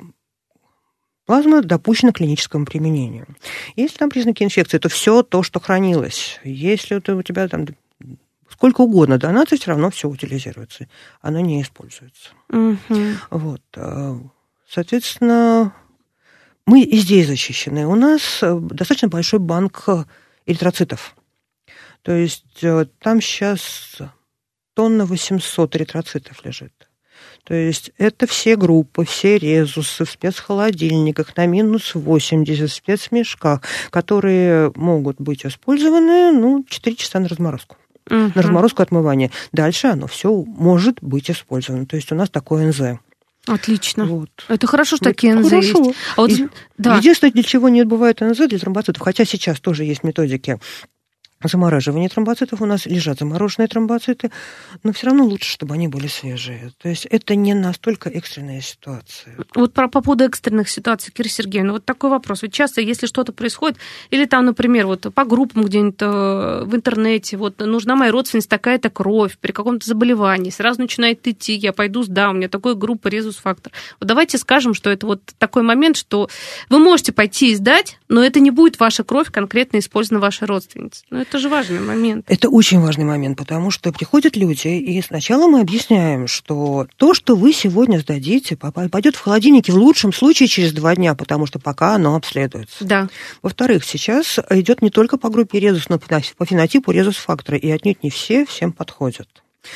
плазма допущена к клиническому применению. Если там признаки инфекции, то все то, что хранилось. Если у тебя там сколько угодно донаций, все равно все утилизируется. Оно не используется. Угу. Вот. Соответственно, мы и здесь защищены. У нас достаточно большой банк эритроцитов. То есть там сейчас тонна восемьсот эритроцитов лежит. То есть это все группы, все резусы в спецхолодильниках на минус восемьдесят, в спецмешках, которые могут быть использованы, ну, четыре часа на разморозку. Uh-huh. На разморозку отмывания. Дальше оно все может быть использовано. То есть у нас такой эн зэ. Отлично. Вот. Это хорошо, что вот такие эн зэ хорошо. есть. А вот, И, да. Единственное, для чего не бывает эн зэ, для тромбоцитов. Хотя сейчас тоже есть методики замораживания тромбоцитов. У нас лежат замороженные тромбоциты, но все равно лучше, чтобы они были свежие. То есть это не настолько экстренная ситуация. Вот про, по поводу экстренных ситуаций, Кира Сергеевна, вот такой вопрос. Вот часто, если что-то происходит, или там, например, вот по группам где-нибудь в интернете, вот нужна моей родственнице такая-то кровь при каком-то заболевании, сразу начинает идти, я пойду сдам, у меня такой группа резус-фактор. Вот давайте скажем, что это вот такой момент, что вы можете пойти и сдать, но это не будет ваша кровь конкретно использована вашей родственнице. Ну, это же важный момент. Это очень важный момент, потому что приходят люди, и сначала мы объясняем, что то, что вы сегодня сдадите, пойдет в холодильнике в лучшем случае через два дня, потому что пока оно обследуется. Да. Во-вторых, сейчас идет не только по группе резус, но по фенотипу резус-фактора, и отнюдь не все всем подходят.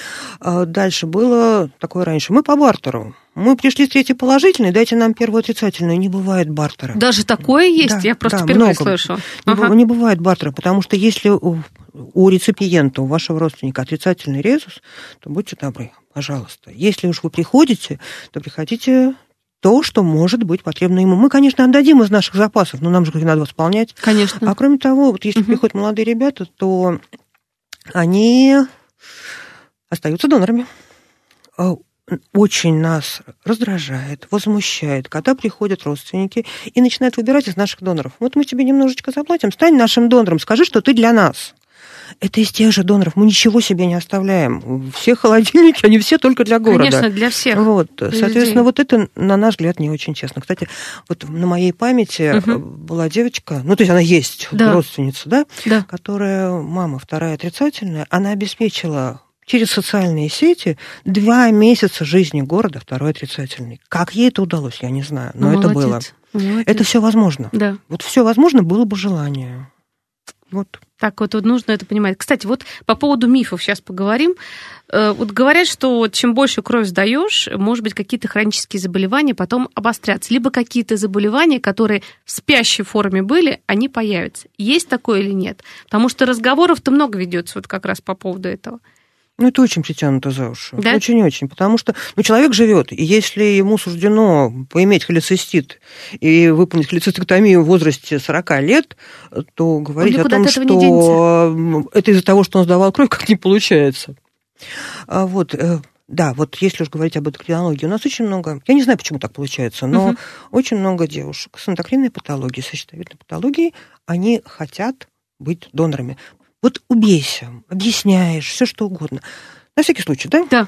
Дальше было такое раньше. Мы по бартеру. Мы пришли с третьей положительной, дайте нам первую отрицательную. Не бывает бартера. Даже такое есть? Да, я просто да, впервые много. слышу. Не, ага. не бывает бартера, потому что если у, у реципиента, у вашего родственника отрицательный резус, то будьте добры, пожалуйста. Если уж вы приходите, то приходите то, что может быть потребно ему. Мы, конечно, отдадим из наших запасов, но нам же надо восполнять. Конечно. А кроме того, вот если угу. приходят молодые ребята, то они остаются донорами. Очень нас раздражает, возмущает, когда приходят родственники и начинают выбирать из наших доноров. Вот мы тебе немножечко заплатим, стань нашим донором, скажи, что ты для нас. Это из тех же доноров, мы ничего себе не оставляем. Все холодильники, они все только для города. Конечно, для всех. Вот. Соответственно, вот это, на наш взгляд, не очень честно. Кстати, вот на моей памяти угу. была девочка, ну, то есть она есть, да. родственница, да, да, которая, мама вторая отрицательная, она обеспечила через социальные сети два месяца жизни города второй отрицательный. Как ей это удалось, я не знаю, но Молодец. это было. Молодец. Это все возможно. Да. Вот все возможно, было бы желание. Вот. Так вот, вот нужно это понимать. Кстати, вот по поводу мифов сейчас поговорим. Вот говорят, что чем больше кровь сдаешь, может быть, какие-то хронические заболевания потом обострятся. Либо какие-то заболевания, которые в спящей форме были, они появятся. Есть такое или нет? Потому что разговоров-то много ведется вот как раз по поводу этого. Ну, это очень притянуто за уши. Да? Очень-очень. Потому что ну, человек живет, и если ему суждено поиметь холецистит и выполнить холецистектомию в возрасте сорок лет, то говорить он о том, что это из-за того, что он сдавал кровь, как не получается. А вот, да, вот если уж говорить об эндокринологии, у нас очень много, я не знаю, почему так получается, но угу. очень много девушек с эндокринной патологией, со щитовидной патологией, они хотят быть донорами. Вот убейся, объясняешь, все что угодно. На всякий случай, да? Да.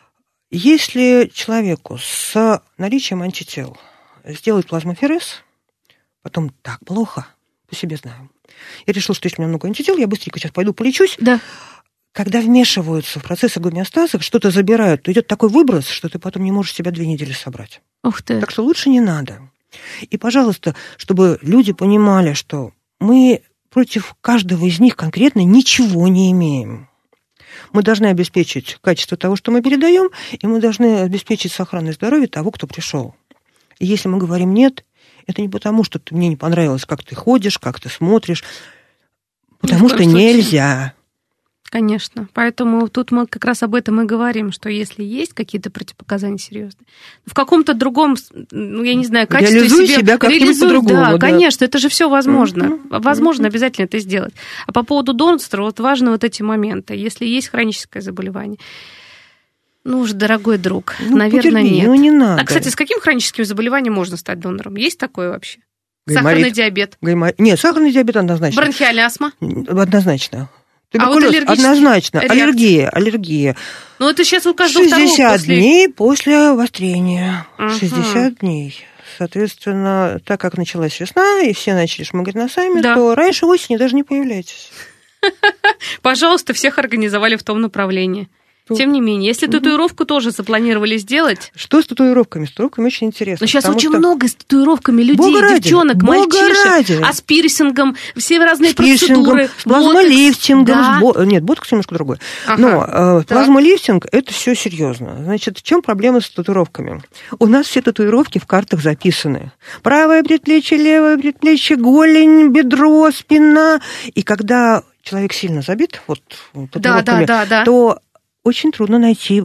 Если человеку с наличием антител сделать плазмоферез, потом так плохо, по себе знаю. Я решила, что если у меня много антител, я быстренько сейчас пойду полечусь. Да. Когда вмешиваются в процессы гомеостаза, что-то забирают, то идет такой выброс, что ты потом не можешь себя две недели собрать. Ух ты. Так что лучше не надо. И, пожалуйста, чтобы люди понимали, что мы против каждого из них конкретно ничего не имеем. Мы должны обеспечить качество того, что мы передаем, и мы должны обеспечить сохранность здоровья того, кто пришел. И если мы говорим «нет», это не потому, что мне не понравилось, как ты ходишь, как ты смотришь, потому что нельзя. Конечно. Поэтому тут мы как раз об этом и говорим, что если есть какие-то противопоказания серьезные, в каком-то другом, ну, я не знаю, качестве реализуй себя, себя как-нибудь реализуй, по-другому. Да, Да, конечно, это же все возможно. Mm-hmm. Возможно Mm-hmm. обязательно это сделать. А по поводу донорства, вот важны вот эти моменты. Если есть хроническое заболевание, ну уж, дорогой друг, ну, наверное, потерпи, нет. Ну, не надо. А, кстати, с каким хроническим заболеванием можно стать донором? Есть такое вообще? Гайморит. Сахарный диабет? Гайморит. Нет, сахарный диабет однозначно. Бронхиальная астма? Однозначно. А вот однозначно. реакции? Аллергия, аллергия. Ну, это сейчас у каждого шестьдесят второго после... дней после обострения. Ага. шестьдесят дней. Соответственно, так как началась весна, и все начали шмыгать носами, Да. то раньше осени даже не появляйтесь. Пожалуйста, всех организовали в том направлении. Тем не менее, если татуировку тоже запланировали сделать... Что с татуировками? С татуировками очень интересно. Но сейчас очень что... много с татуировками людей, Бога ради, девчонок, Бога мальчишек. ради. А с пирсингом, все разные С пирсингом, процедуры. с плазмолифтингом. Да. С бо... Нет, ботокс немножко другой. Ага. Но э, плазмолифтинг – это все серьезно. Значит, в чем проблема с татуировками? У нас все татуировки в картах записаны. Правое предплечье, левое предплечье, голень, бедро, спина. И когда человек сильно забит вот, татуировками, да, да, да, да. то очень трудно найти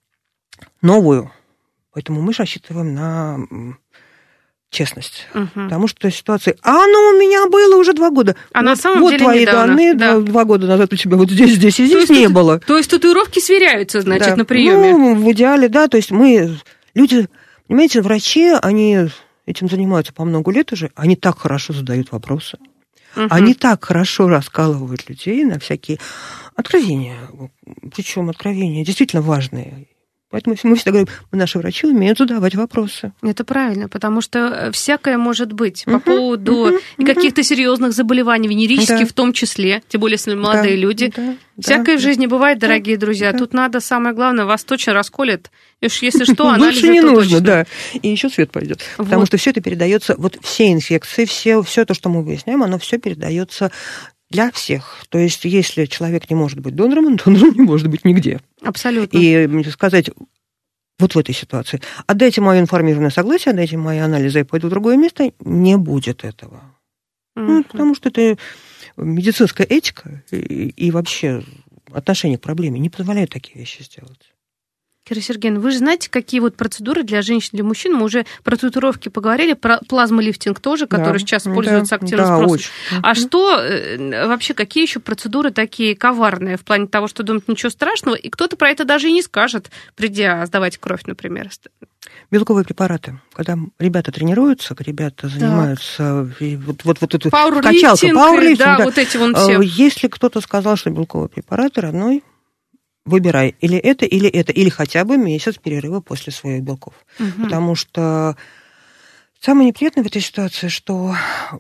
новую. Поэтому мы же рассчитываем на честность. Угу. Потому что ситуация... А оно у меня было уже два года. А вот, на самом вот деле твои недавно, данные, да. два, два года назад у тебя вот здесь, здесь и здесь то не есть, было. То есть татуировки сверяются, значит, да. на приеме? Ну, в идеале, да. То есть мы... Люди, понимаете, врачи, они этим занимаются по много лет уже, они так хорошо задают вопросы. Угу. Они так хорошо раскалывают людей на всякие откровения. Причем откровения действительно важные. Поэтому мы всегда говорим, наши врачи умеют задавать вопросы. Это правильно, потому что всякое может быть Uh-huh, по поводу uh-huh, и каких-то серьезных заболеваний, венерических да. в том числе, тем более, если молодые да, люди. Да, всякое да, в жизни бывает, дорогие да, друзья. Да. Тут надо, самое главное, вас точно расколет. И уж если что, анализы лучше не то нужно, точно. да. И еще свет пойдет. Вот. Потому что все это передается, вот все инфекции, все, все то, что мы выясняем, оно все передается для всех. То есть, если человек не может быть донором, он донором не может быть нигде. Абсолютно. И сказать... Вот в этой ситуации. Отдайте мое информированное согласие, отдайте мои анализы, я пойду в другое место. Не будет этого. Mm-hmm. Ну, потому что это медицинская этика и, и вообще отношение к проблеме не позволяет такие вещи сделать. Кира Сергеевна, вы же знаете, какие вот процедуры для женщин, для мужчин? Мы уже про татуировки поговорили, про плазмолифтинг тоже, который да, сейчас пользуется да, активным да, спросом. Очень. А что вообще, какие еще процедуры такие коварные в плане того, что думают, ничего страшного, и кто-то про это даже и не скажет, придя сдавать кровь, например? Белковые препараты. Когда ребята тренируются, ребята занимаются... Да. Вот, вот, вот эту качалка, пауэрлифтинг, да, да, вот эти вон все. Если кто-то сказал, что белковые препараты родной, выбирай или это, или это, или хотя бы месяц перерыва после своих белков. Угу. Потому что самое неприятное в этой ситуации, что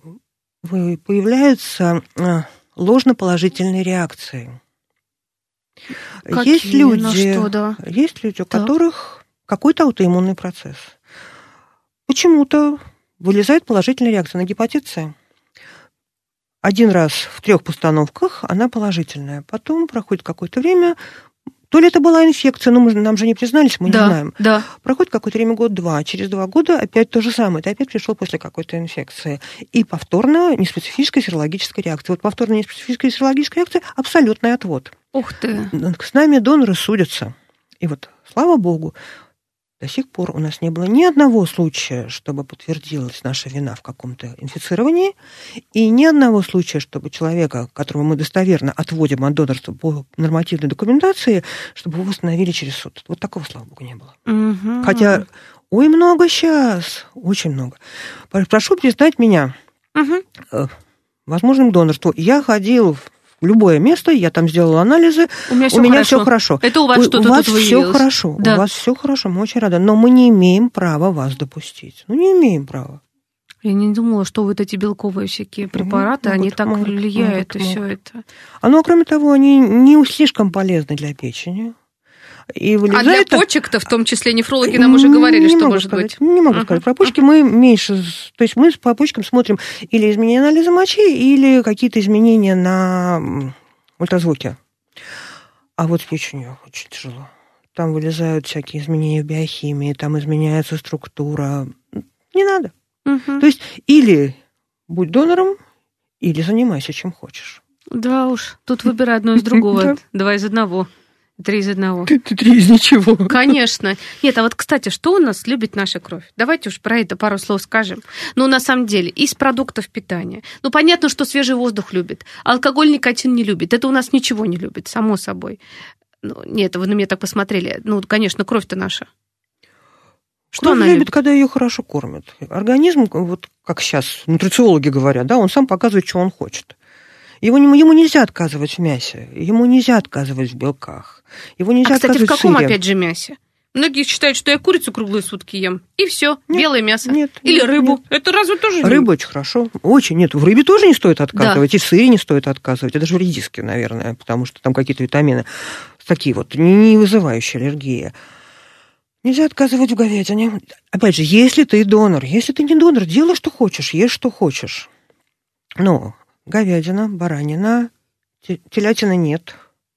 появляются ложноположительные реакции. Какие? Есть люди, что, да? есть люди, у да. которых какой-то аутоиммунный процесс. Почему-то вылезает положительная реакция на гепатит С. Один раз в трех постановках она положительная. Потом проходит какое-то время. То ли это была инфекция, но мы, нам же не признались, мы да, не знаем. Да. Проходит какое-то время, год-два. Через два года опять то же самое. Ты опять пришел после какой-то инфекции. И повторно неспецифическая серологическая реакция. Вот повторно неспецифическая серологическая реакция – абсолютный отвод. Ух ты! С нами доноры судятся. И вот, слава богу, до сих пор у нас не было ни одного случая, чтобы подтвердилась наша вина в каком-то инфицировании, и ни одного случая, чтобы человека, которого мы достоверно отводим от донорства по нормативной документации, чтобы его восстановили через суд. Вот такого, слава богу, не было. Угу. Хотя, ой, много сейчас, очень много. Прошу признать меня угу. возможным донорством. Я ходил в любое место, я там сделала анализы, у меня, у меня все хорошо. Это у вас у, что-то у вас тут все выявилось. хорошо, да. у вас все хорошо, мы очень рады, но мы не имеем права вас допустить. Ну, не имеем права. Я не думала, что вот эти белковые всякие препараты, могут, они так могут, влияют, могут, и могут. все это. А ну, кроме того, они не слишком полезны для печени. И а для почек-то, в том числе, нефрологи нам уже говорили, не что может сказать, быть. Не могу uh-huh. сказать. Про почки uh-huh. мы меньше... То есть мы по почкам смотрим или изменения анализа мочи, или какие-то изменения на ультразвуке. А вот с печенью очень тяжело. Там вылезают всякие изменения в биохимии, там изменяется структура. Не надо. Uh-huh. То есть или будь донором, или занимайся чем хочешь. Да уж, тут выбирай одно из другого. Два из одного. Три из одного. Ты, ты три из ничего. Конечно. Нет, а вот, кстати, что у нас любит наша кровь? Давайте уж про это пару слов скажем. Ну, на самом деле, из продуктов питания. Ну, понятно, что свежий воздух любит. Алкоголь, никотин не любит. Это у нас ничего не любит, само собой. Ну, нет, вы на меня так посмотрели. Ну, конечно, кровь-то наша. Что Кровь она любит, любит, когда ее хорошо кормят. Организм, вот как сейчас нутрициологи говорят, да, он сам показывает, что он хочет. Его, ему нельзя отказывать в мясе, ему нельзя отказывать в белках, его нельзя а, кстати, отказывать в каком, в сыре. опять же, мясе? Многие считают, что я курицу круглые сутки ем, и все, белое мясо. Нет, Или нет, рыбу. Нет. Это разве тоже... Рыба очень хорошо. Очень. Нет, в рыбе тоже не стоит отказывать, да. и в сыре не стоит отказывать, и даже в редиске, наверное, потому что там какие-то витамины такие вот, не вызывающие аллергии. Нельзя отказывать в говядине. Опять же, если ты донор, если ты не донор, делай, что хочешь, ешь, что хочешь. Но говядина, баранина... Телятины нет.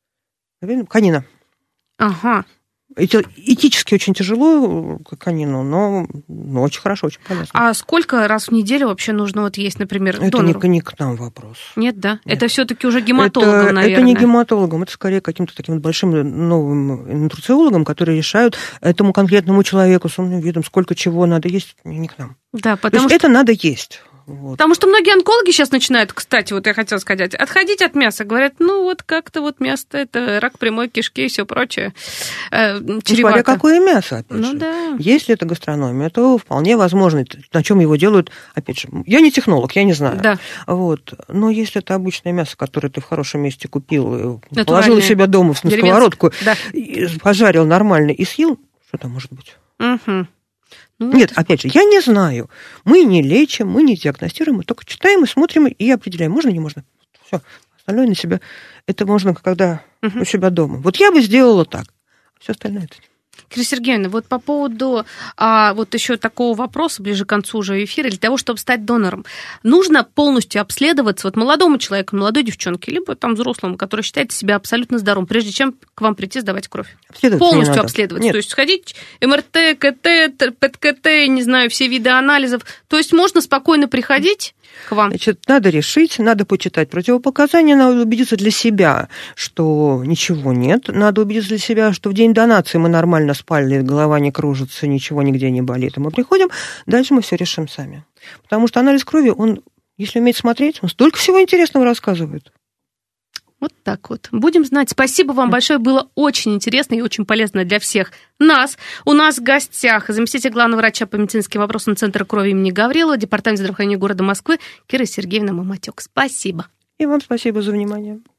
Конина. Ага. Это этически очень тяжело конину, но, но очень хорошо, очень полезно. А сколько раз в неделю вообще нужно вот есть, например, это донору? Это не, не к нам вопрос. Нет, да? Нет. Это все-таки уже гематологам, это, наверное. Это не гематологам, это скорее каким-то таким большим новым нутрициологам, которые решают этому конкретному человеку с умным видом, сколько чего надо есть, не к нам. Да, потому То есть что... это надо есть. Вот. Потому что многие онкологи сейчас начинают, кстати, вот я хотела сказать, отходить от мяса. Говорят, ну вот как-то вот мясо, это рак прямой кишки и все прочее. Э, Смотря какое мясо, опять ну, же. Да. Если это гастрономия, то вполне возможно, на чем его делают, опять же, я не технолог, я не знаю. Да. Вот. Но если это обычное мясо, которое ты в хорошем месте купил, положил у себя дома на сковородку, да. пожарил нормально и съел, что там может быть? Угу. Ну, Нет, это... опять же, я не знаю. Мы не лечим, мы не диагностируем, мы только читаем и смотрим и определяем, можно, не можно. Все, остальное на себя. Это можно, когда угу. у себя дома. Вот я бы сделала так. Все остальное это. Кира Сергеевна, вот по поводу а, вот еще такого вопроса, ближе к концу уже эфира, для того, чтобы стать донором, нужно полностью обследоваться вот молодому человеку, молодой девчонке, либо там взрослому, который считает себя абсолютно здоровым, прежде чем к вам прийти сдавать кровь. Полностью обследоваться. То есть сходить, эм эр тэ, ка тэ, пэ тэ ка тэ, не знаю, все виды анализов. То есть можно спокойно приходить к вам? Значит, надо решить, надо почитать противопоказания, надо убедиться для себя, что ничего нет, надо убедиться для себя, что в день донации мы нормально спали, голова не кружится, ничего нигде не болит, и мы приходим, дальше мы все решим сами. Потому что анализ крови, он, если уметь смотреть, он столько всего интересного рассказывает. Вот так вот. Будем знать. Спасибо вам большое. Было очень интересно и очень полезно для всех нас. У нас в гостях заместитель главного врача по медицинским вопросам Центра крови имени Гаврилова, Департамент здравоохранения города Москвы Кира Сергеевна Маматюк. Спасибо. И вам спасибо за внимание.